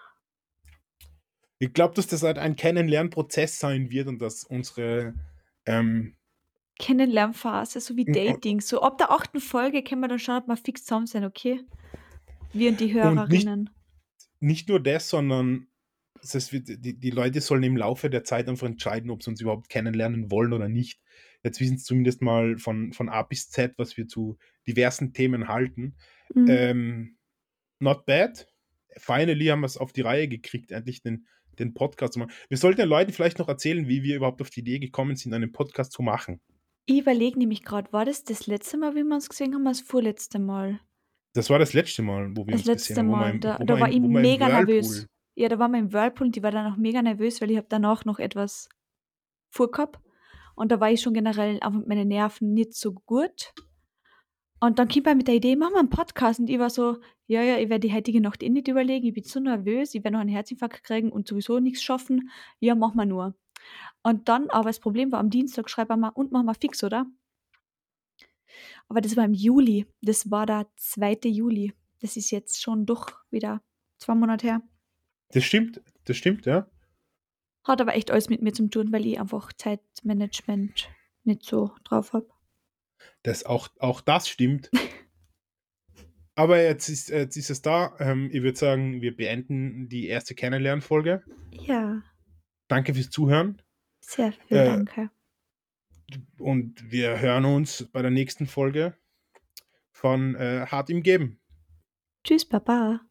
ich glaube, dass das halt ein Kennenlernprozess sein wird und dass unsere ähm, Kennenlernphase, so wie Dating. So ab der 8. Folge können wir dann schauen, ob wir fix zusammen sind, okay? Wir und die und Hörerinnen. nicht nur das, sondern das wird, die Leute sollen im Laufe der Zeit einfach entscheiden, ob sie uns überhaupt kennenlernen wollen oder nicht. Jetzt wissen sie zumindest mal von A bis Z, was wir zu diversen Themen halten. Mhm. Ähm, Not bad. Finally haben wir es auf die Reihe gekriegt, endlich den Podcast zu machen. Wir sollten den Leuten vielleicht noch erzählen, wie wir überhaupt auf die Idee gekommen sind, einen Podcast zu machen. Ich überlege nämlich gerade, war das das letzte Mal, wie wir uns gesehen haben, oder das vorletzte Mal? Das war das letzte Mal, wo wir Das uns gesehen letzte haben, Mal, da war ich wo wir im mega Whirlpool. nervös. Ja, da waren wir im Whirlpool und ich war dann auch mega nervös, weil ich habe danach noch etwas vorgehabt und da war ich schon generell einfach mit meinen Nerven nicht so gut. Und dann kommt er mit der Idee, machen wir einen Podcast. Und ich war so, ja, ja, ich werde die heutige Nacht eh nicht überlegen, ich bin so nervös, ich werde noch einen Herzinfarkt kriegen und sowieso nichts schaffen. Ja, machen wir nur. Und dann, aber das Problem war, am Dienstag schreiben wir mal, und machen wir fix, oder? Aber das war im Juli. Das war der 2. Juli. Das ist jetzt schon doch wieder 2 Monate her. Das stimmt, ja. Hat aber echt alles mit mir zu tun, weil ich einfach Zeitmanagement nicht so drauf habe. Auch das stimmt. Aber jetzt ist es da. Ich würde sagen, wir beenden die erste Kennenlernfolge. Ja, Danke fürs Zuhören. sehr viel Äh, Danke. und wir hören uns bei der nächsten Folge von Hart im Geben. Tschüss, Baba.